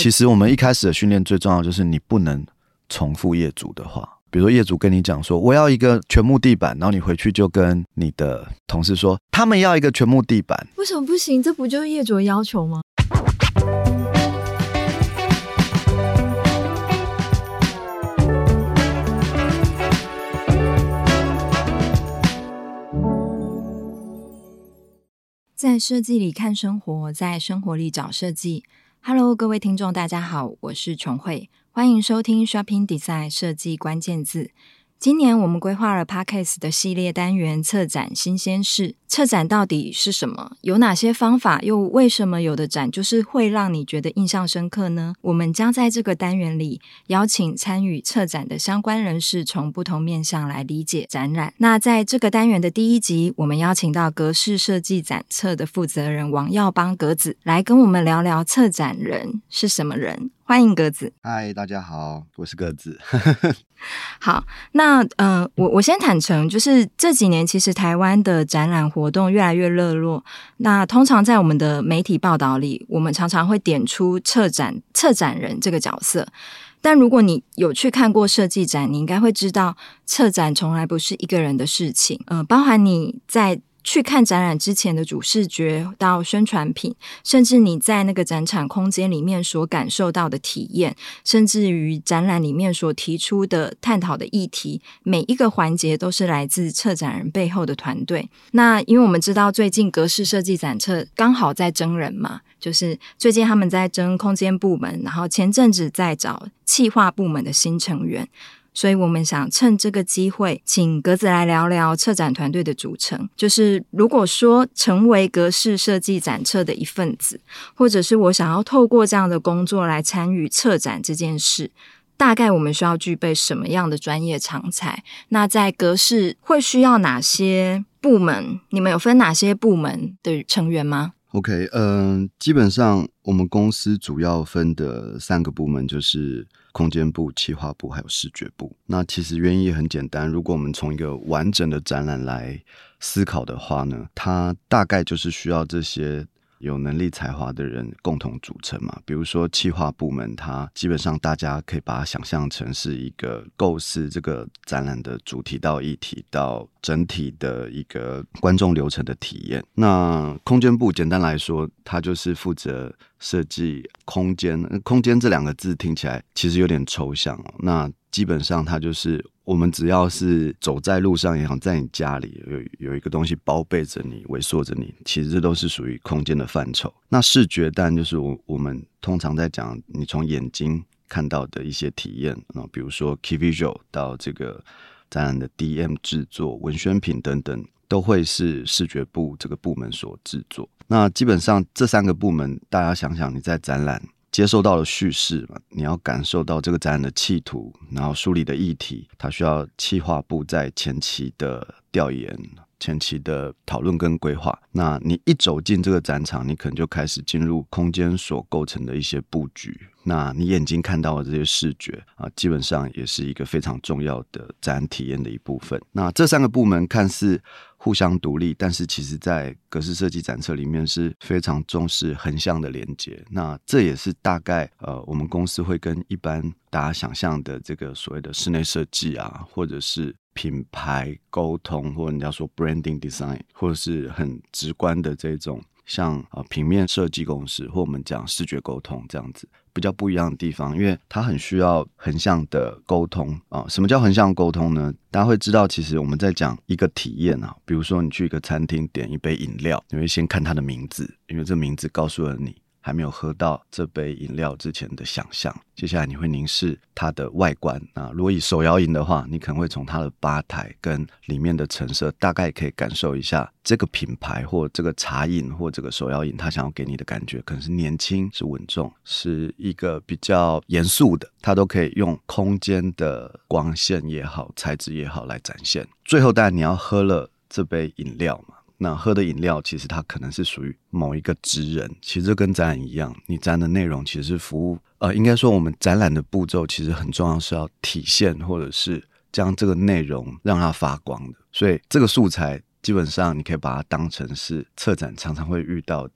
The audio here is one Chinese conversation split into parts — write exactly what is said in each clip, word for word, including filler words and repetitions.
其实我们一开始的训练最重要就是你不能重复业主的话。比如说业主跟你讲说我要一个全木地板，然后你回去就跟你的同事说他们要一个全木地板， 为什么不行？这不就是业主的要求吗？在设计里看生活，在生活里找设计。Hello， 各位听众大家好，我是琼慧，欢迎收听 Shopping Design 设计关键字。今年我们规划了 Podcast 的系列单元策展新鲜事。策展到底是什么？有哪些方法？又为什么有的展就是会让你觉得印象深刻呢？我们将在这个单元里邀请参与策展的相关人士，从不同面向来理解展览。那在这个单元的第一集，我们邀请到格式设计展策的负责人王耀邦格子来跟我们聊聊策展人是什么人。欢迎格子。 嗨，大家好，我是格子。 好，那呃，我我先坦诚，就是这几年其实台湾的展览活动越来越热络。那通常在我们的媒体报道里，我们常常会点出策展策展人这个角色。但如果你有去看过设计展，你应该会知道，策展从来不是一个人的事情。呃，包含你在去看展览之前的主视觉到宣传品，甚至你在那个展场空间里面所感受到的体验，甚至于展览里面所提出的探讨的议题，每一个环节都是来自策展人背后的团队。那因为我们知道最近格式设计展测刚好在征人嘛，就是最近他们在征空间部门，然后前阵子在找企划部门的新成员，所以我们想趁这个机会请格子来聊聊策展团队的组成。就是如果说成为格式设计展测的一份子，或者是我想要透过这样的工作来参与策展这件事，大概我们需要具备什么样的专业常才？那在格式会需要哪些部门？你们有分哪些部门的成员吗？ OK， 嗯、呃，基本上我们公司主要分的三个部门就是空间部、企划部还有视觉部。那其实原因也很简单，如果我们从一个完整的展览来思考的话呢，它大概就是需要这些有能力才华的人共同组成嘛。比如说企划部门，它基本上大家可以把它想象成是一个构思这个展览的主题到议题到整体的一个观众流程的体验。那空间部简单来说，它就是负责设计空间。空间这两个字听起来其实有点抽象哦。那基本上它就是我们只要是走在路上也好，在你家里有有一个东西包背着你、围缩着你，其实这都是属于空间的范畴。那视觉当然就是我我们通常在讲你从眼睛看到的一些体验，比如说 Key Visual 到这个展览的 D M 制作、文宣品等等，都会是视觉部这个部门所制作。那基本上这三个部门，大家想想你在展览接受到的叙事嘛，你要感受到这个展览的企图，然后梳理的议题，它需要企划部在前期的调研、前期的讨论跟规划。那你一走进这个展场，你可能就开始进入空间所构成的一些布局。那你眼睛看到的这些视觉啊，基本上也是一个非常重要的展览体验的一部分。那这三个部门看似互相独立，但是其实在格式设计展测里面是非常重视横向的连接。那这也是大概呃我们公司会跟一般大家想象的这个所谓的室内设计啊，或者是品牌沟通，或者人家说 branding design， 或者是很直观的这种像、呃、平面设计公司，或我们讲视觉沟通这样子比较不一样的地方，因为它很需要横向的沟通啊、呃。什么叫横向沟通呢？大家会知道，其实我们在讲一个体验啊，比如说你去一个餐厅点一杯饮料，你会先看它的名字，因为这名字告诉了你还没有喝到这杯饮料之前的想象。接下来你会凝视它的外观啊，如果以手摇饮的话，你可能会从它的吧台跟里面的陈设，大概可以感受一下这个品牌或这个茶饮或这个手摇饮它想要给你的感觉，可能是年轻、是稳重，是一个比较严肃的，它都可以用空间的光线也好、材质也好来展现。最后当然你要喝了这杯饮料嘛，那喝的饮料其实它可能是属于某一个职人，其实这跟展览一样，你展览的内容其实是服务呃，应该说我们展览的步骤其实很重要，是要体现或者是将这个内容让它发光的。所以这个素材基本上你可以把它当成是策展常常会遇到的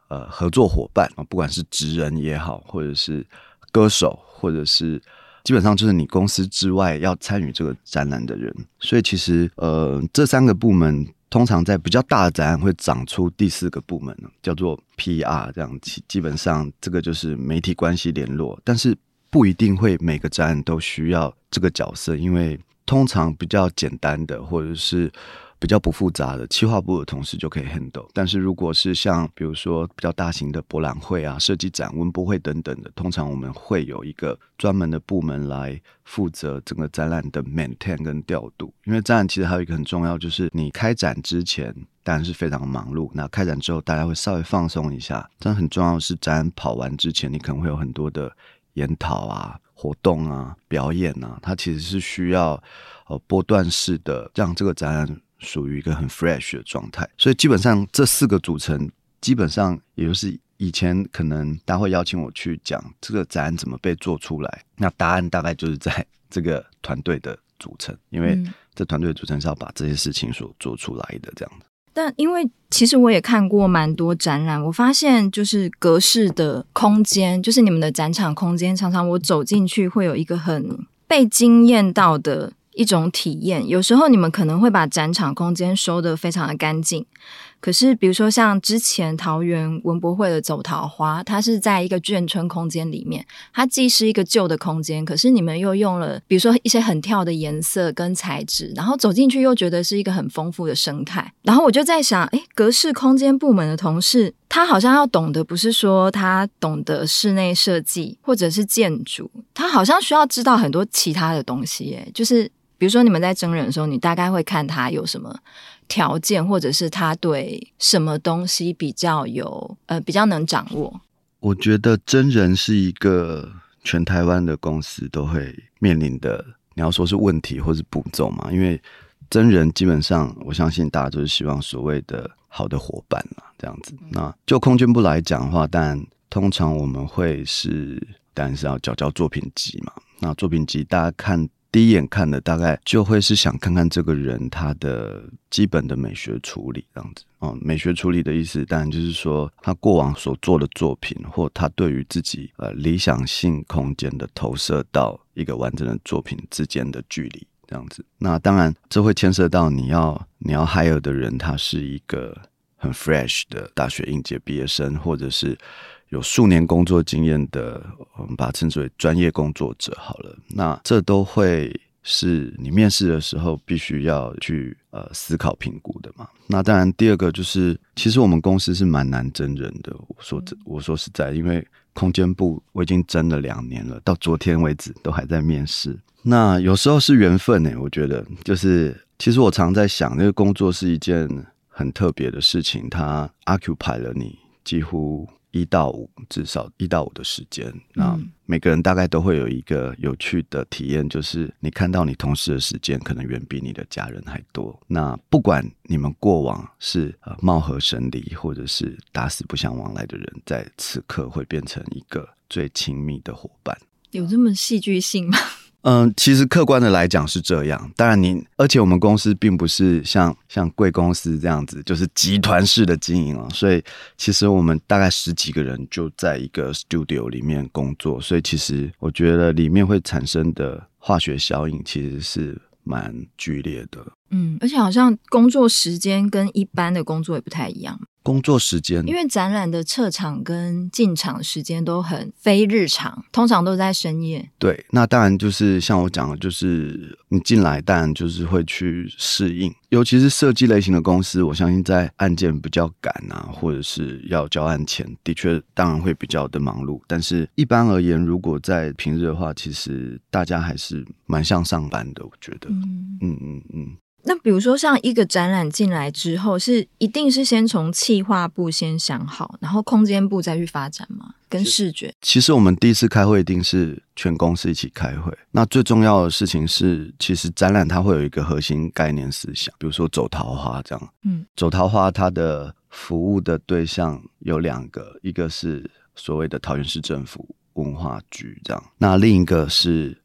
呃合作伙伴，不管是职人也好，或者是歌手，或者是基本上就是你公司之外要参与这个展览的人。所以其实呃这三个部门通常在比较大的展览会长出第四个部门，叫做 P R， 这样基本上这个就是媒体关系联络，但是不一定会每个展览都需要这个角色，因为通常比较简单的或者是比较不复杂的企划部的同事就可以 handle， 但是如果是像比如说比较大型的博览会啊、设计展、文博会等等的，通常我们会有一个专门的部门来负责整个展览的 maintain 跟调度。因为展览其实还有一个很重要，就是你开展之前当然是非常忙碌，那开展之后大家会稍微放松一下。但很重要的是展览跑完之前，你可能会有很多的研讨啊、活动啊、表演啊，它其实是需要呃波段式的让这个展览属于一个很 fresh 的状态。所以基本上这四个组成，基本上也就是以前可能大家会邀请我去讲这个展览怎么被做出来，那答案大概就是在这个团队的组成，因为这团队的组成是要把这些事情所做出来的这样子。 但因为其实我也看过蛮多展览，我发现就是格式的空间，就是你们的展场空间，常常我走进去会有一个很被惊艳到的一种体验。有时候你们可能会把展场空间收得非常的干净，可是比如说像之前桃园文博会的走桃花，它是在一个眷村空间里面，它既是一个旧的空间，可是你们又用了比如说一些很跳的颜色跟材质，然后走进去又觉得是一个很丰富的生态。然后我就在想，诶，格式空间部门的同事他好像要懂得不是说他懂得室内设计或者是建筑，他好像需要知道很多其他的东西耶。就是比如说你们在征人的时候，你大概会看他有什么条件，或者是他对什么东西比较有呃比较能掌握。 我觉得征人是一个全台湾的公司都会面临的，你要说是问题或是步骤嘛，因为征人基本上我相信大家就是希望所谓的好的伙伴啦，这样子。那就空间部来讲的话，当然通常我们会是当然是要缴交作品集嘛，那作品集大家看第一眼看的大概就会是想看看这个人他的基本的美学处理这样子、哦、美学处理的意思当然就是说他过往所做的作品，或他对于自己呃理想性空间的投射到一个完整的作品之间的距离这样子。那当然这会牵涉到你要你要 hire 的人他是一个很 fresh 的大学应届毕业生，或者是有数年工作经验的，我们把它称之为专业工作者好了。那这都会是你面试的时候必须要去呃思考评估的嘛。那当然第二个就是其实我们公司是蛮难征人的，我说我说实在，因为空间部我已经征了两年了，到昨天为止都还在面试。那有时候是缘分耶，我觉得就是其实我常在想，这个工作是一件很特别的事情，它 occupy 了你几乎一到五，至少一到五的时间。那每个人大概都会有一个有趣的体验，就是你看到你同事的时间可能远比你的家人还多。那不管你们过往是、呃、貌合神离，或者是打死不相往来的人，在此刻会变成一个最亲密的伙伴。 有这么戏剧性吗？ 嗯，其实客观的来讲是这样。当然你，而且我们公司并不是像像贵公司这样子，就是集团式的经营啊。所以其实我们大概十几个人就在一个 studio 里面工作，所以其实我觉得里面会产生的化学效应其实是蛮剧烈的。 嗯，而且好像工作时间跟一般的工作也不太一样。 工作时间， 因为展览的撤场跟进场时间都很非日常，通常都在深夜。 对，那当然就是像我讲的，就是你进来当然就是会去适应，尤其是设计类型的公司，我相信在案件比较赶啊，或者是要交案前，的确当然会比较的忙碌。但是一般而言，如果在平日的话，其实大家还是蛮像上班的，我觉得。嗯嗯嗯嗯。 那比如说像一个展览进来之后，是一定是先从企划部先想好，然后空间部再去发展吗？跟视觉？ 其实我们第一次开会一定是全公司一起开会。那最重要的事情是，其实展览它会有一个核心概念思想，比如说走桃花这样。嗯，走桃花它的服务的对象有两个，一个是所谓的桃园市政府文化局这样，那另一个是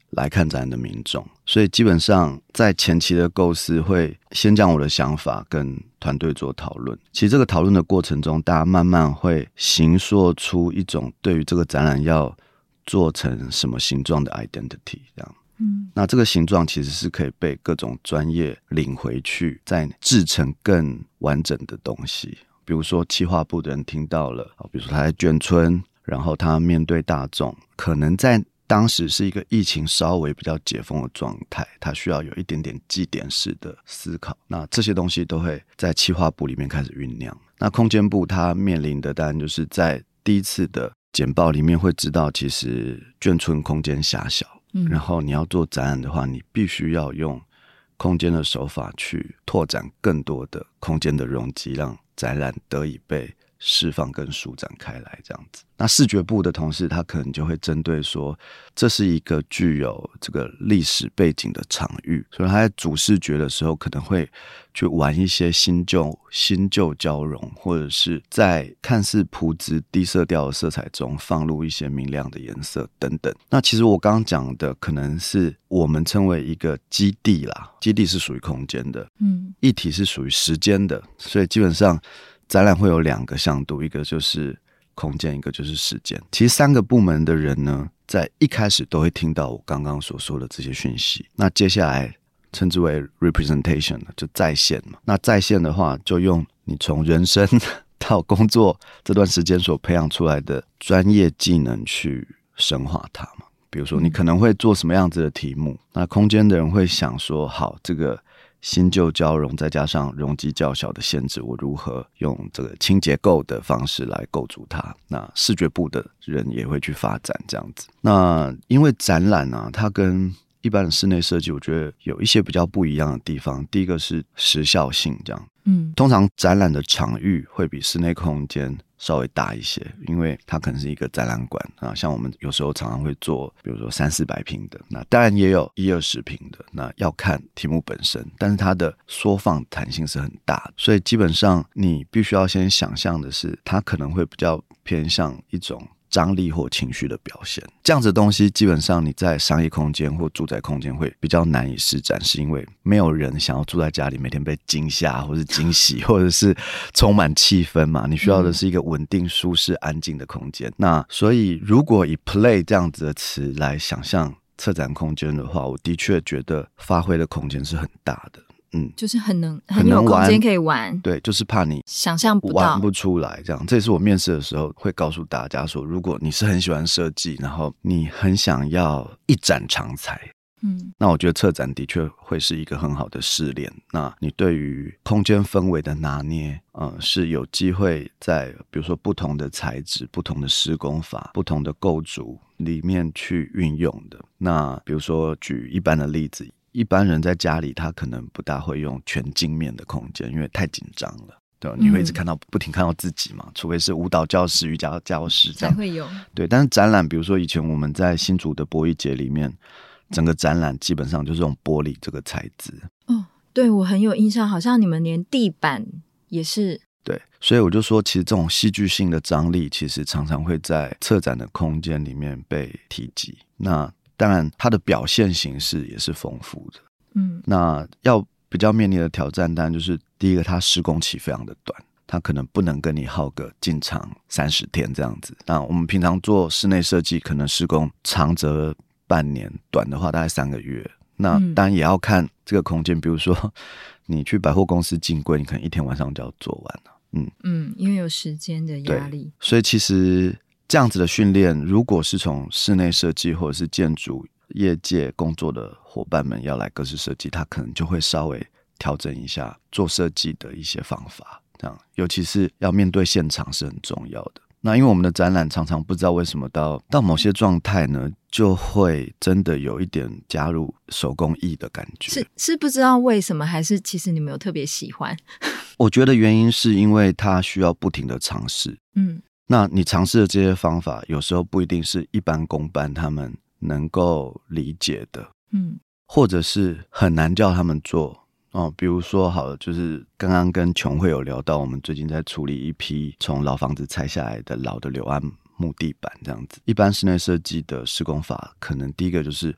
来看展览的民众，所以基本上在前期的构思会先将我的想法跟团队做讨论，其实这个讨论的过程中，大家慢慢会形塑出一种对于这个展览要做成什么形状的 identity 这样。嗯，那这个形状其实是可以被各种专业领回去，再制成更完整的东西。比如说企划部的人听到了，比如说他在眷村，然后他面对大众，可能在当时是一个疫情稍微比较解封的状态，他需要有一点点祭典式的思考，那这些东西都会在企划部里面开始酝酿。那空间部他面临的当然就是在第一次的简报里面会知道，其实眷村空间狭小，嗯，然后你要做展览的话，你必须要用空间的手法去拓展更多的空间的容积，让展览得以被释放跟舒展开来这样子。那视觉部的同事他可能就会针对说，这是一个具有这个历史背景的场域，所以他在主视觉的时候可能会去玩一些新旧新旧交融，或者是在看似朴质低色调的色彩中放入一些明亮的颜色等等。那其实我刚刚讲的可能是我们称为一个基地啦，基地是属于空间的，嗯，议题是属于时间的，所以基本上展览会有两个向度，一个就是空间，一个就是时间。其实三个部门的人呢，在一开始都会听到我刚刚所说的这些讯息。那接下来称之为 representation， 就再现嘛。那再现的话，就用你从人生到工作这段时间所培养出来的专业技能去深化它嘛。比如说你可能会做什么样子的题目，那空间的人会想说，好，这个新旧交融再加上容积较小的限制，我如何用这个轻结构的方式来构筑它。那视觉部的人也会去发展这样子。那因为展览啊，它跟一般的室内设计我觉得有一些比较不一样的地方。第一个是时效性这样，嗯，通常展览的场域会比室内空间稍微大一些，因为它可能是一个展览馆啊，像我们有时候常常会做比如说三四百平的，那当然也有一二十平的，那要看题目本身，但是它的缩放弹性是很大的，所以基本上你必须要先想象的是它可能会比较偏向一种张力或情绪的表现，这样子的东西基本上你在商业空间或住宅空间会比较难以施展，是因为没有人想要住在家里每天被惊吓或是惊喜或者是充满气氛嘛，你需要的是一个稳定舒适安静的空间。那所以如果以 play 这样子的词来想象策展空间的话，我的确觉得发挥的空间是很大的，嗯， 就是很能很有空间可以玩， 对，就是怕你想象不到玩不出来这样。这也是我面试的时候会告诉大家说，如果你是很喜欢设计，然后你很想要一展长才，嗯，那我觉得策展的确会是一个很好的试炼。那你对于空间氛围的拿捏，呃，是有机会在比如说不同的材质、不同的施工法、不同的构筑里面去运用的。那比如说举一般的例子，一般人在家里他可能不大会用全镜面的空间，因为太紧张了，对，你会一直看到、嗯、不停看到自己嘛，除非是舞蹈教室、瑜伽教室这样才会有。 对，但是展览比如说以前我们在新竹的博艺节里面，整个展览基本上就是用玻璃这个材质。 哦，对，我很有印象，好像你们连地板也是。 对，所以我就说其实这种戏剧性的张力其实常常会在策展的空间里面被提及。那当然它的表现形式也是丰富的，嗯，那要比较面临的挑战当然就是第一个，它施工期非常的短，它可能不能跟你耗个进场三十天这样子。那我们平常做室内设计可能施工长则半年，短的话大概三个月。那当然也要看这个空间，比如说你去百货公司进柜，你可能一天晚上就要做完了，嗯嗯，因为有时间的压力。 所以其实这样子的训练，如果是从室内设计或者是建筑业界工作的伙伴们要来格式设计，他可能就会稍微调整一下做设计的一些方法，这样尤其是要面对现场是很重要的。那因为我们的展览常常不知道为什么到到某些状态呢，就会真的有一点加入手工艺的感觉。 是是不知道为什么，还是其实你们有特别喜欢？ 我觉得原因是因为它需要不停的尝试，嗯。那你尝试的这些方法有时候不一定是一般公办他们能够理解的，嗯，或者是很难叫他们做哦。比如说好了，就是刚刚跟琼慧有聊到，我们最近在处理一批从老房子拆下来的老的柳暗木地板这样子。一般室内设计的施工法可能第一个就是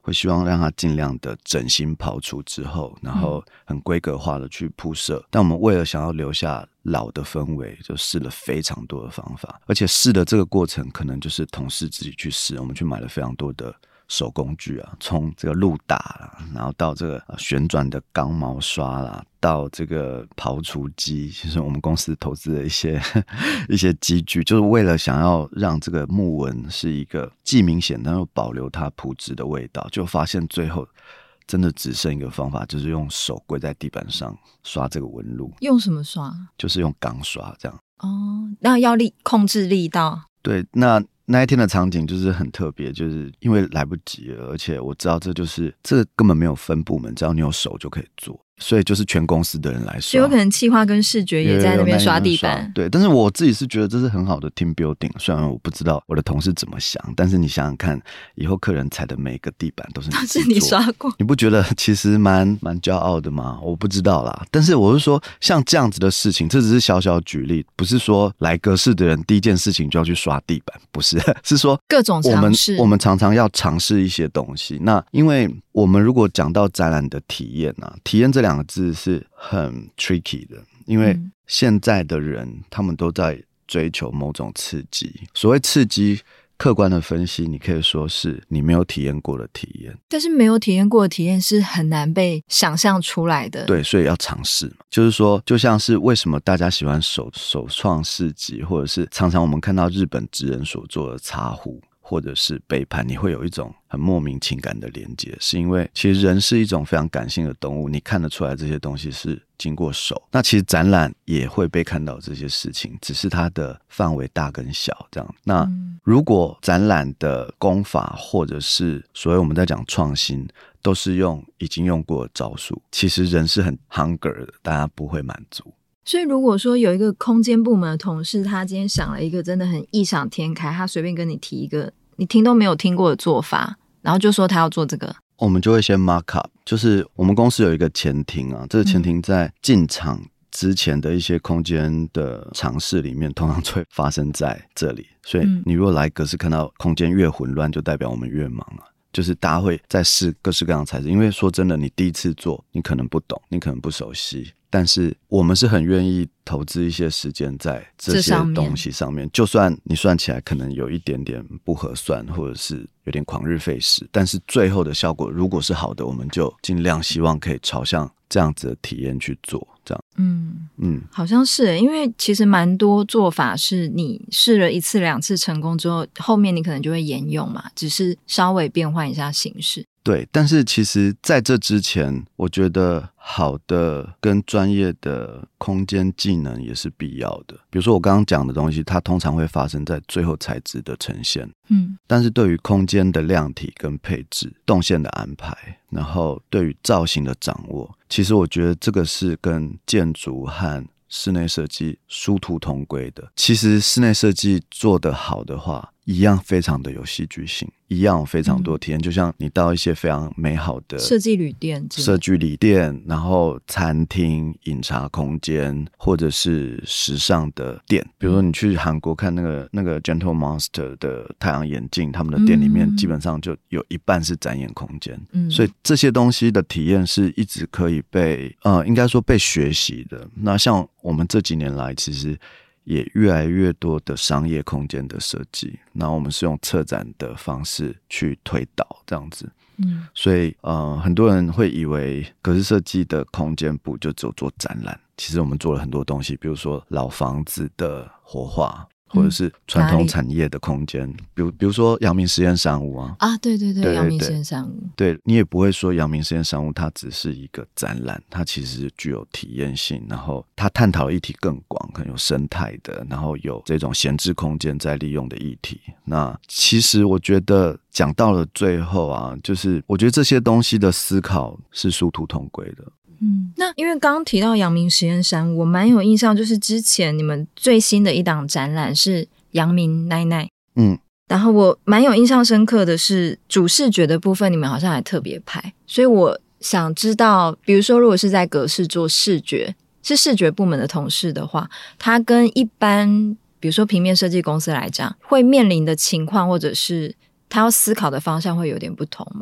会希望让它尽量的整新刨除之后，然后很规格化的去铺设、嗯、但我们为了想要留下老的氛围，就试了非常多的方法，而且试的这个过程可能就是同事自己去试，我们去买了非常多的手工具啊，从这个路打啦，然后到这个旋转的钢毛刷啦，到这个刨除机，其实我们公司投资了一些一些机具，就是为了想要让这个木纹是一个既明显但又保留它朴质的味道，就发现最后真的只剩一个方法，就是用手跪在地板上刷这个纹路。 用什么刷？就是用钢刷这样。 哦，那要力控制力道。 对，那那一天的场景就是很特别，就是因为来不及了，而且我知道这就是这根本没有分部门，只要你有手就可以做，所以就是全公司的人来刷， 所以有可能企划跟视觉也在那边刷地板。 对，但是我自己是觉得这是很好的 team building， 虽然我不知道我的同事怎么想，但是你想想看，以后客人踩的每一个地板都是你自己做， 都是你刷过， 你不觉得其实蛮蛮骄傲的吗？我不知道啦，但是我是说像这样子的事情，这只是小小举例，不是说来格式的人第一件事情就要去刷地板，不是，是说各种尝试， 我们我们常常要尝试一些东西。那因为我们如果讲到展览的体验啊，体验这两个字是很 tricky 的，因为现在的人他们都在追求某种刺激，所谓刺激客观的分析，你可以说是你没有体验过的体验， 但是没有体验过的体验是很难被想象出来的。 对，所以要尝试嘛。就是说就像是为什么大家喜欢手手创市集，或者是常常我们看到日本职人所做的茶壶或者是杯盘，你会有一种很莫名情感的连接，是因为其实人是一种非常感性的动物，你看得出来这些东西是经过手。那其实展览也会被看到这些事情，只是它的范围大跟小这样。那如果展览的工法或者是所谓我们在讲创新都是用已经用过的招数，其实人是很 hunger 的，大家不会满足。 所以如果说有一个空间部门的同事，他今天想了一个真的很异想天开，他随便跟你提一个你听都没有听过的做法，然后就说他要做这个， 我们就会先 mark up， 就是我们公司有一个前庭啊，这个前庭在进场之前的一些空间的尝试里面通常会发生在这里，所以你如果来格式看到空间越混乱，就代表我们越忙啊，就是大家会在试各式各样的材质，因为说真的，你第一次做你可能不懂，你可能不熟悉，但是我们是很愿意投资一些时间在这些东西上面，就算你算起来可能有一点点不合算，或者是有点旷日费时，但是最后的效果如果是好的，我们就尽量希望可以朝向这样子的体验去做，这样。 嗯嗯，好像是，因为其实蛮多做法是你试了一次两次成功之后，后面你可能就会沿用嘛，只是稍微变换一下形式。 对，但是其实在这之前，我觉得好的跟专业的空间技能也是必要的。比如说我刚刚讲的东西，它通常会发生在最后材质的呈现，嗯，但是对于空间的量体跟配置、动线的安排，然后对于造型的掌握，其实我觉得这个是跟建筑和室内设计殊途同归的。其实室内设计做得好的话，一样非常的有戏剧性，一样有非常多体验、嗯、就像你到一些非常美好的设计旅店设计旅店，然后餐厅、饮茶空间，或者是时尚的店，比如说你去韩国看那个那个 Gentle Monster 的太阳眼镜，他们的店里面基本上就有一半是展演空间、嗯、所以这些东西的体验是一直可以被呃，应该说被学习的。那像我们这几年来其实也越来越多的商业空间的设计，那我们是用策展的方式去推导这样子，嗯，所以呃，很多人会以为格式设计的空间部就只有做展览，其实我们做了很多东西，比如说老房子的活化，或者是传统产业的空间、嗯、比如比如说阳明实验商务啊啊，对对 对, 对, 对, 对，阳明实验商务， 对，你也不会说阳明实验商务它只是一个展览，它其实具有体验性，然后它探讨的议题更广，可能有生态的，然后有这种闲置空间在利用的议题。那其实我觉得讲到了最后啊，就是我觉得这些东西的思考是殊途同归的。 嗯，那因为刚刚提到阳明实验山，我蛮有印象，就是之前你们最新的一档展览是阳明奈奈，嗯，然后我蛮有印象深刻的是主视觉的部分，你们好像还特别拍，所以我想知道，比如说如果是在格式做视觉，是视觉部门的同事的话，他跟一般比如说平面设计公司来讲，会面临的情况或者是他要思考的方向会有点不同吗？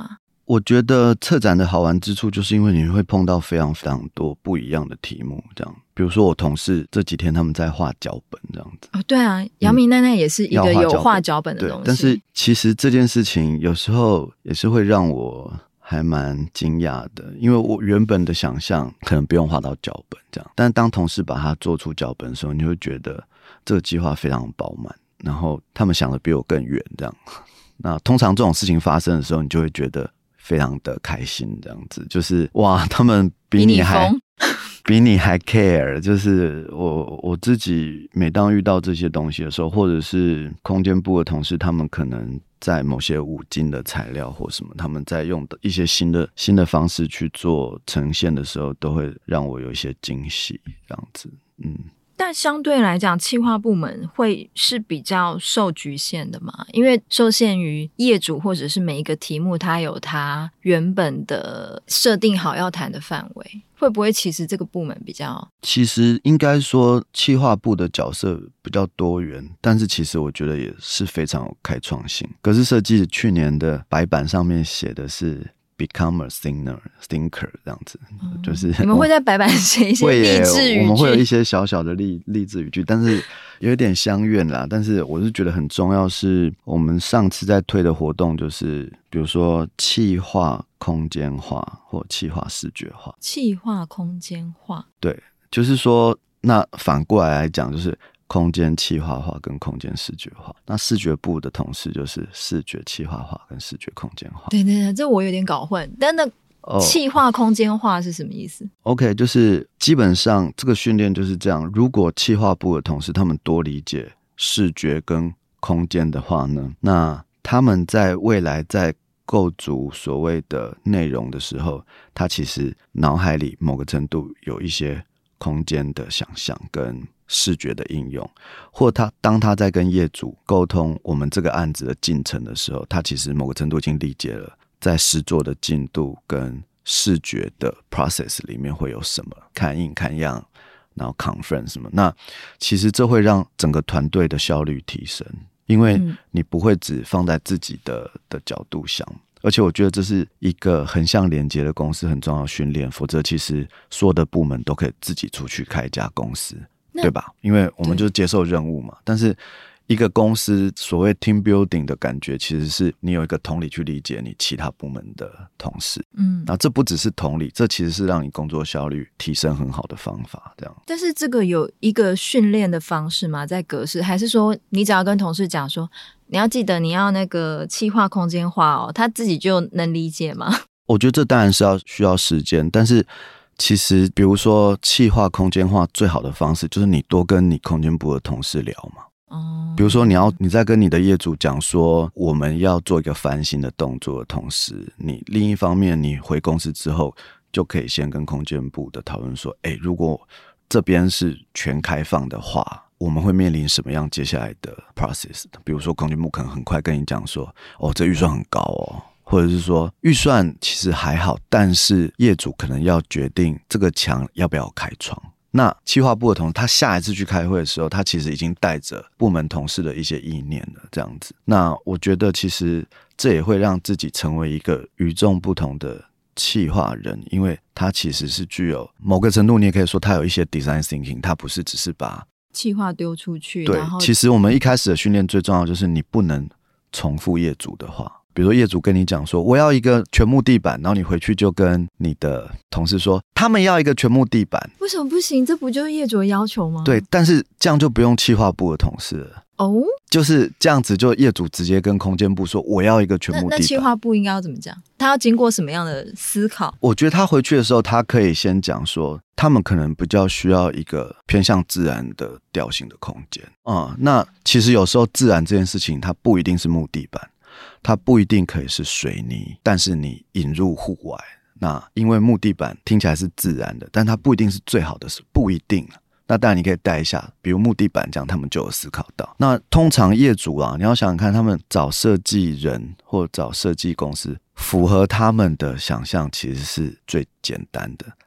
我觉得策展的好玩之处就是因为你会碰到非常非常多不一样的题目，这样比如说我同事这几天他们在画脚本这样子。 哦，对啊，杨明奈奈也是一个有画脚本的东西、嗯、 但是其实这件事情有时候也是会让我还蛮惊讶的，因为我原本的想象可能不用画到脚本这样，但当同事把它做出脚本的时候，你会觉得这个计划非常饱满，然后他们想的比我更远这样。那通常这种事情发生的时候，你就会觉得非常的开心这样子，就是哇，他们比你还比你还 care。 就是我我自己每当遇到这些东西的时候，或者是空间部的同事，他们可能在某些五金的材料或什么，他们在用的一些新的新的方式去做呈现的时候，都会让我有一些惊喜这样子。嗯， 但相对来讲，企划部门会是比较受局限的嘛？因为受限于业主或者是每一个题目，它有它原本的设定好要谈的范围，会不会其实这个部门比较…… 其实应该说企划部的角色比较多元，但是其实我觉得也是非常有开创性。格式设计去年的白板上面写的是Become a thinker, thinker 这样子、嗯、就是你们会在白板写一些励志语句？ 我们会有一些小小的励励志语句，但是有一点相怨啦。但是我是觉得很重要，是我们上次在推的活动，就是比如说企划空间化或企划视觉化。 企划空间化， 对，就是说，那反过来来讲，就是空间企划化跟空间视觉化，那视觉部的同事就是视觉企划化跟视觉空间化。 对对对，这我有点搞混。但那企划空间化是什么意思？ OK， 就是基本上这个训练就是这样。如果企划部的同事他们多理解视觉跟空间的话呢，那他们在未来在构筑所谓的内容的时候，他其实脑海里某个程度有一些空间的想象跟视觉的应用，或他当他在跟业主沟通我们这个案子的进程的时候，他其实某个程度已经理解了在实作的进度跟视觉的 process 里面会有什么，看印看样，然后 conference 什么。那其实这会让整个团队的效率提升，因为你不会只放在自己的的角度想。而且我觉得这是一个横向连接的公司很重要的训练，否则其实所有的部门都可以自己出去开一家公司，对吧？因为我们就是接受任务嘛。但是一个公司所谓 team building 的感觉，其实是你有一个同理去理解你其他部门的同事。嗯，那这不只是同理，这其实是让你工作效率提升很好的方法。这样， 但是这个有一个训练的方式吗？在格式，还是说你只要跟同事讲说，你要记得你要那个企划空间化哦，他自己就能理解吗？ 我觉得这当然是要需要时间，但是其实比如说企划空间化最好的方式就是你多跟你空间部的同事聊嘛。哦，比如说你要你在跟你的业主讲说我们要做一个翻新的动作的同时，你另一方面你回公司之后就可以先跟空间部的讨论说，诶，如果这边是全开放的话，我们会面临什么样接下来的 process。 比如说空间部可能很快跟你讲说，哦，这预算很高哦，或者是说预算其实还好，但是业主可能要决定这个墙要不要开窗。那企划部的同事他下一次去开会的时候，他其实已经带着部门同事的一些意念了，这样子。那我觉得其实这也会让自己成为一个与众不同的企划人，因为他其实是具有某个程度，你也可以说他有一些 design thinking， 他不是只是把企划丢出去。 对， 然后其实我们一开始的训练最重要就是你不能重复业主的话。比如说业主跟你讲说我要一个全木地板，然后你回去就跟你的同事说他们要一个全木地板， 为什么不行？这不就是业主的要求吗？ 对，但是这样就不用企划部的同事了。哦，就是这样子，就业主直接跟空间部说我要一个全木地板。 那企划部应该要怎么讲？他要经过什么样的思考？ 我觉得他回去的时候他可以先讲说他们可能比较需要一个偏向自然的调性的空间。嗯，那其实有时候自然这件事情它不一定是木地板，它不一定可以是水泥，但是你引入户外，那因为木地板听起来是自然的，但它不一定是最好的，是不一定。那当然你可以带一下，比如木地板这样，他们就有思考到。那通常业主啊，你要想想看，他们找设计人或找设计公司，符合他们的想象其实是最简单的，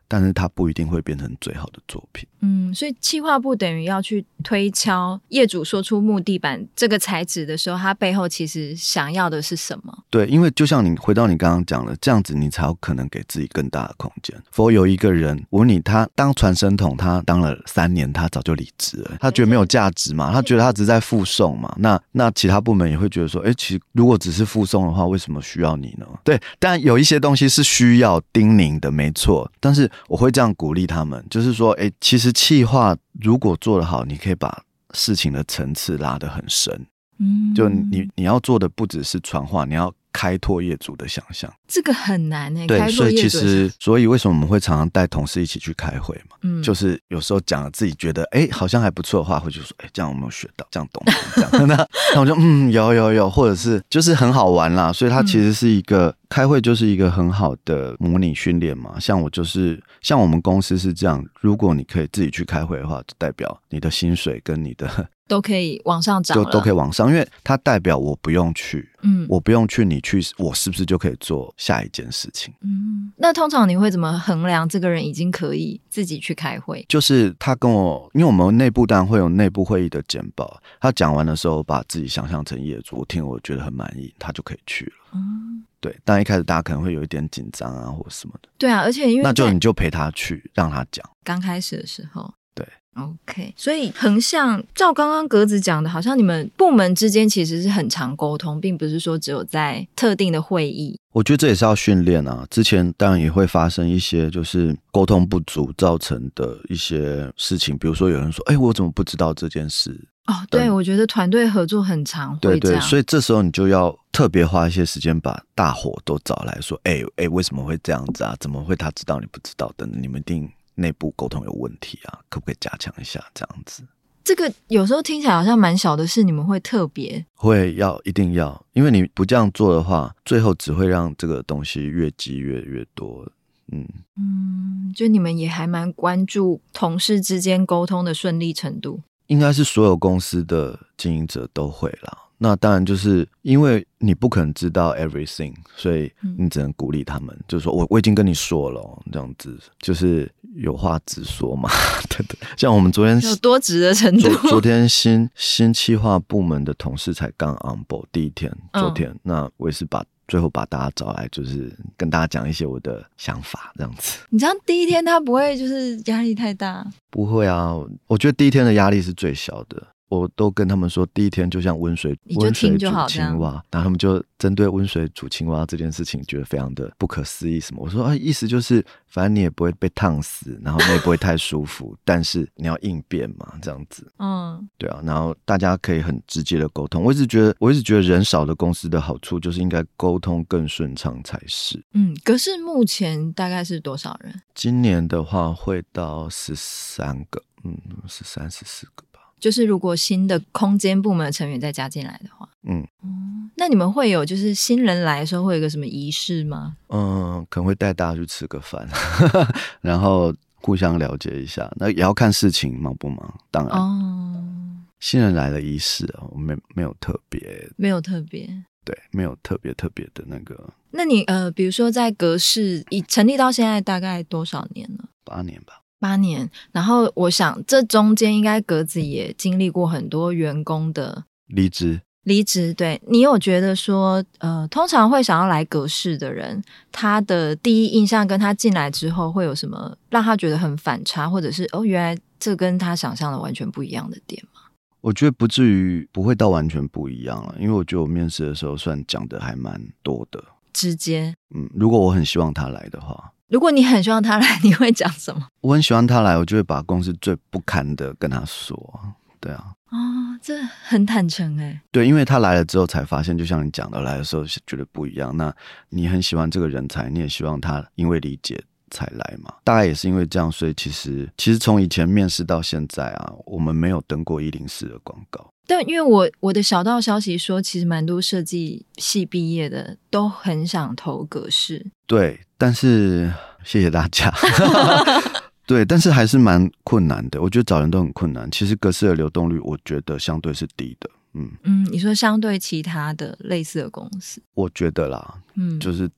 但是它不一定会变成最好的作品。 嗯，所以企划部等于要去推敲业主说出木地板这个材质的时候，它背后其实想要的是什么。 对，因为就像你回到你刚刚讲的，这样子你才有可能给自己更大的空间。否有一个人，我问你，他当传声筒，他当了三年，他早就离职了，他觉得没有价值嘛，他觉得他只是在附送嘛。那那其他部门也会觉得说，哎，其实如果只是附送的话，为什么需要你呢？对，但有一些东西是需要叮咛的，没错。但是我会这样鼓励他们，就是说，哎，其实企划如果做得好，你可以把事情的层次拉得很深。嗯，就你你要做的不只是传话，你要开拓业主的想象， 这个很难诶、欸。 对，所以其实，所以为什么我们会常常带同事一起去开会嘛？嗯，就是有时候讲了自己觉得哎、欸、好像还不错的话，会就说哎、欸、这样有没有学到？这样懂吗？这样那那我就嗯有有有，或者是就是很好玩啦。所以它其实是一个、嗯、开会就是一个很好的模拟训练嘛。像我就是像我们公司是这样，如果你可以自己去开会的话，就代表你的薪水跟你的。 都可以往上涨了， 就都可以往上，因为它代表我不用去，嗯，我不用去，你去，我是不是就可以做下一件事情？ 嗯，那通常你会怎么衡量这个人已经可以自己去开会？ 就是他跟我，因为我们内部当然会有内部会议的简报，他讲完的时候，把自己想象成业主，我听我觉得很满意，他就可以去了。嗯，对，但一开始大家可能会有一点紧张啊，或什么的。 对啊，而且因为那就你就陪他去，让他讲。 刚开始的时候。 对 ，OK， 所以横向照刚刚格子讲的，好像你们部门之间其实是很常沟通，并不是说只有在特定的会议。 我觉得这也是要训练啊。之前当然也会发生一些就是沟通不足造成的一些事情，比如说有人说：“哎、欸，我怎么不知道这件事？” 哦，对，我觉得团队合作很常会这样。 对对，所以这时候你就要特别花一些时间把大伙都找来说：“哎、欸、哎、欸，为什么会这样子啊？怎么会他知道你不知道？等等，你们一定。”内部沟通有问题啊，可不可以加强一下这样子？ 这个有时候听起来好像蛮小的事，你们会特别会要一定要，因为你不这样做的话，最后只会让这个东西越积越越多。嗯嗯，就你们也还蛮关注同事之间沟通的顺利程度， 应该是所有公司的经营者都会啦。那当然就是因为你不可能知道 everything， 所以你只能鼓励他们，嗯、就是说我我已经跟你说了，这样子就是有话直说嘛。对对，像我们昨天有多直的程度。 昨, 昨天新新企划部门的同事才刚 on board 第一天，昨天、嗯、那我也是把最后把大家找来，就是跟大家讲一些我的想法，这样子。 你这样第一天他不会就是压力太大？ 不会啊，我觉得第一天的压力是最小的。我都跟他们说，第一天就像温水温水煮青蛙，然后他们就针对温水煮青蛙这件事情觉得非常的不可思议。什么？我说啊，意思就是反正你也不会被烫死，然后你也不会太舒服，但是你要应变嘛，这样子。嗯，对啊，然后大家可以很直接的沟通。我一直觉得，我一直觉得人少的公司的好处就是应该沟通更顺畅才是。 嗯，可是目前大概是多少人？ 今年的话会到十三个，嗯，十三十四个。 就是如果新的空间部门的成员再加进来的话，嗯，那你们会有就是新人来的时候会有一个什么仪式吗？ 嗯，可能会带大家去吃个饭，然后互相了解一下。那也要看事情忙不忙，当然。哦，新人来的仪式啊，没没有特别， 没有特别， 对，没有特别特别的那个。 那你呃，比如说在格式以成立到现在大概多少年了？ 八年吧。 八年，然后我想这中间应该格子也经历过很多员工的离职。 离职，对，你有觉得说，呃，通常会想要来格式的人，他的第一印象跟他进来之后会有什么让他觉得很反差，或者是哦，原来这跟他想象的完全不一样的点吗？ 我觉得不至于不会到完全不一样了，因为我觉得我面试的时候算讲的还蛮多的， 直接。 嗯，如果我很希望他来的话。 如果你很希望他来，你会讲什么？ 我很喜欢他来，我就会把公司最不堪的跟他说。对啊， 哦，这很坦诚耶。 对，因为他来了之后才发现，就像你讲的，来的时候觉得不一样。那你很喜欢这个人才，你也希望他因为理解才来嘛。大概也是因为这样，所以其实其实从以前面试到现在啊，我们没有登过一零四的广告。 但因为我我的小道消息说，其实蛮多设计系毕业的都很想投格式。 对，但是谢谢大家。对，但是还是蛮困难的。我觉得找人都很困难。其实格式的流动率，我觉得相对是低的。嗯嗯， 你说相对其他的类似的公司， 我觉得啦，嗯，就是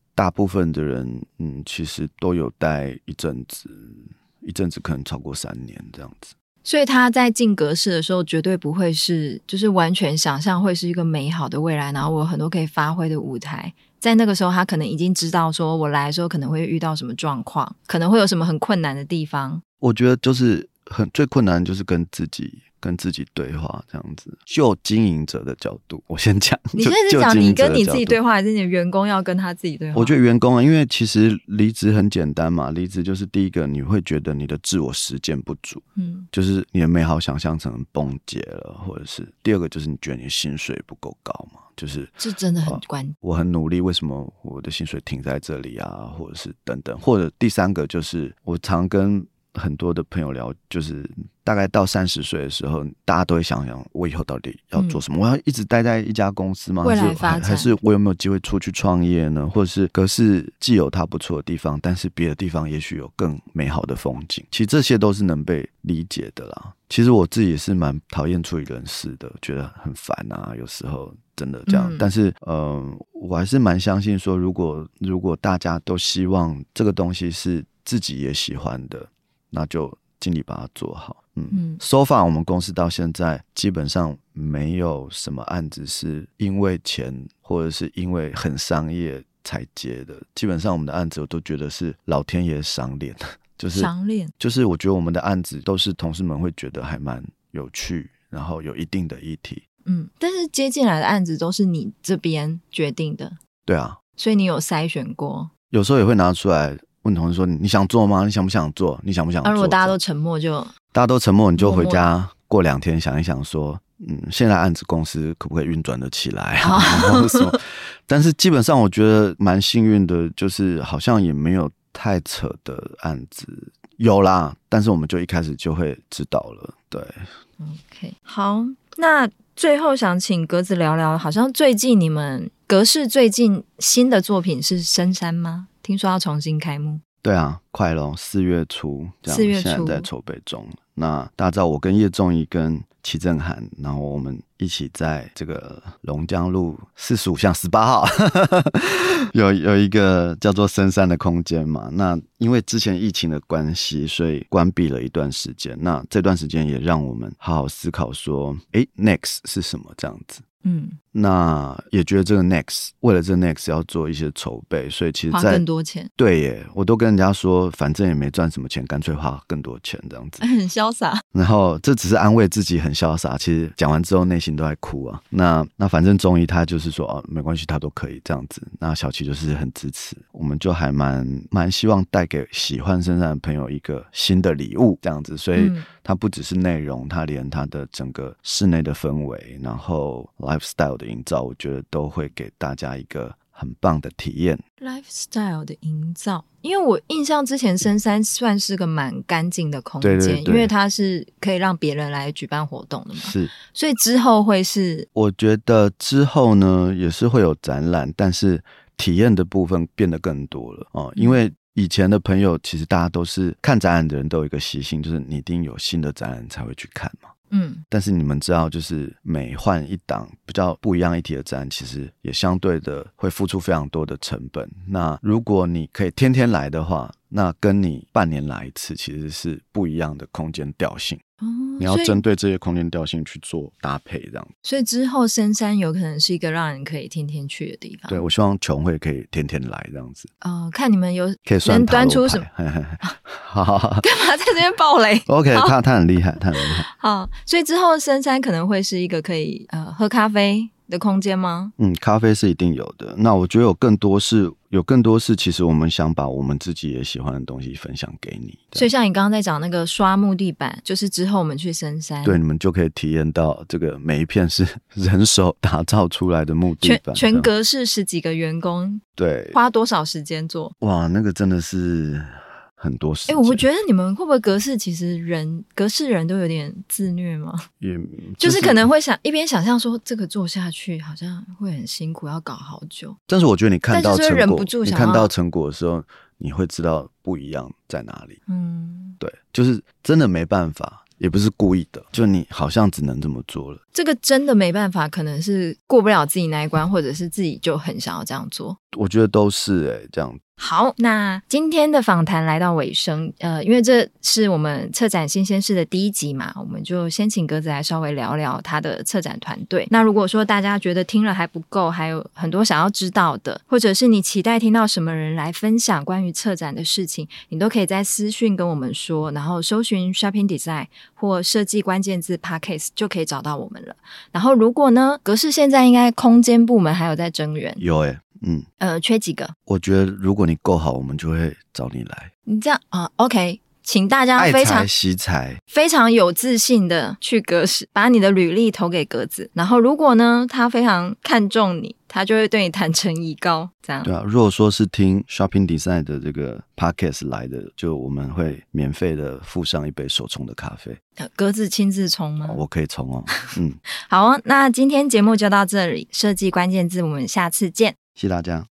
大部分的人，嗯，其实都有待一阵子，一阵子可能超过三年这样子。 所以他在进格式的时候，绝对不会是就是完全想象会是一个美好的未来，然后我有很多可以发挥的舞台。在那个时候，他可能已经知道说我来的时候可能会遇到什么状况，可能会有什么很困难的地方。 我觉得就是很最困难的就是跟自己跟自己对话这样子。就经营者的角度，我先讲。 你现在是讲你跟你自己对话，还是你的员工要跟他自己对话？ 我觉得员工啊，因为其实离职很简单嘛，离职就是第一个，你会觉得你的自我实践不足，嗯，就是你的美好想象成崩解了，或者是第二个就是你觉得你的薪水不够高嘛，就是这真的很关键、 呃。我很努力，为什么我的薪水停在这里啊？或者是等等，或者第三个就是我常跟很多的朋友聊，就是大概到三十岁的时候，大家都会想想我以后到底要做什么、嗯、我要一直待在一家公司吗？ 未来发展还是我有没有机会出去创业呢？或者是格式既有它不错的地方，但是别的地方也许有更美好的风景，其实这些都是能被理解的啦。其实我自己也是蛮讨厌处理人事的，觉得很烦啊，有时候真的这样、嗯、但是呃，我还是蛮相信说，如果如果大家都希望这个东西是自己也喜欢的，那就尽力把它做好。嗯, 嗯 so far 我们公司到现在基本上没有什么案子是因为钱或者是因为很商业才接的，基本上我们的案子我都觉得是老天爷赏脸，就是赏脸， 就是我觉得我们的案子都是同事们会觉得还蛮有趣，然后有一定的议题。 嗯，但是接进来的案子都是你这边决定的。 对啊， 所以你有筛选过？ 有时候也会拿出来问同事说，你想做吗？你想不想做？你想不想做？ 啊、如果大家都沉默就大家都沉默，你就回家过两天想一想说，嗯，现在案子公司可不可以运转得起来、啊哦、然后什么但是基本上我觉得蛮幸运的，就是好像也没有太扯的案子，有啦，但是我们就一开始就会知道了。对 OK， 好，那最后想请格子聊聊，好像最近你们格式最近新的作品是深山吗？听说要重新开幕。 对啊，快咯，四月初这样， 四月初现在在筹备中。那大家知道我跟叶仲仪跟齐正涵，然后我们一起在这个龙江路四十五巷十八号有有一个叫做深山的空间嘛。那因为之前疫情的关系，所以关闭了一段时间。那这段时间也让我们好好思考说，诶 next 是什么这样子。嗯，那也觉得这个 next 为了这个 next 要做一些筹备，所以其实在花更多钱。 对耶，我都跟人家说反正也没赚什么钱，干脆花更多钱这样子， 很潇洒。 然后这只是安慰自己很潇洒，其实讲完之后内心都在哭啊。那那反正中医他就是说哦没关系，他都可以这样子。那小七就是很支持，我们就还蛮蛮希望带给喜欢深山的朋友一个新的礼物这样子，所以它不只是内容，它连它的整个室内的氛围，然后 lifestyle 的营造，我觉得都会给大家一个很棒的体验。 lifestyle 的营造，因为我印象之前深山算是个蛮干净的空间， 对对对， 因为它是可以让别人来举办活动的嘛， 是， 所以之后会是， 我觉得之后呢也是会有展览，但是体验的部分变得更多了、哦、因为以前的朋友其实大家都是看展览的人都有一个习性，就是你一定有新的展览才会去看嘛。嗯，但是你们知道就是每换一档比较不一样议题的展，其实也相对的会付出非常多的成本。那如果你可以天天来的话，那跟你半年来一次其实是不一样的空间调性、哦、你要针对这些空间调性去做搭配这样。 所以之后深山有可能是一个让人可以天天去的地方。 对，我希望琼会可以天天来这样子。 哦、呃，看你们有可以算能端出什么好好好， 干嘛在这边爆雷 OK 他他很厉害，他很厉害。 好，所以之后深山可能会是一个可以呃喝咖啡的空间吗？ 嗯，咖啡是一定有的。那我觉得有更多是有更多是其实我们想把我们自己也喜欢的东西分享给你。 所以像你刚刚在讲那个刷木地板，就是之后我们去深山， 对，你们就可以体验到这个每一片是人手打造出来的木地板， 全全格式十几个员工， 对， 花多少时间做？ 哇，那个真的是很多时间。 欸，我觉得你们会不会格式其实人格式人都有点自虐吗？ 也、 就是、就是可能会想一边想象说这个做下去好像会很辛苦，要搞好久。 但是我觉得你看到成果， 忍不住想你看到成果的时候，你会知道不一样在哪里。嗯，对，就是真的没办法，也不是故意的，就你好像只能这么做了。 这个真的没办法，可能是过不了自己那一关，或者是自己就很想要这样做。 我觉得都是诶、欸、这样。 好，那今天的访谈来到尾声，呃，因为这是我们策展新鲜事的第一集嘛，我们就先请格子来稍微聊聊他的策展团队。那如果说大家觉得听了还不够，还有很多想要知道的，或者是你期待听到什么人来分享关于策展的事情，你都可以在私讯跟我们说，然后搜寻 Shopping Design 或设计关键字 Podcast 就可以找到我们了。然后如果呢，格式现在应该空间部门还有在增援， 有诶、欸嗯， 呃，缺几个？ 我觉得如果你够好，我们就会找你来。 你这样啊 ，OK， 请大家非常爱才惜才， 非常有自信的去格式，把你的履历投给格子。然后如果呢，他非常看重你，他就会对你坦诚以告。这样对啊。如果说是听 Shopping Design 的这个 Podcast 来的，就我们会免费的附上一杯手冲的咖啡。 呃、格子亲自冲吗？ 哦、我可以冲哦。嗯， 好哦，那今天节目就到这里。设计关键字，我们下次见。 谢谢大家。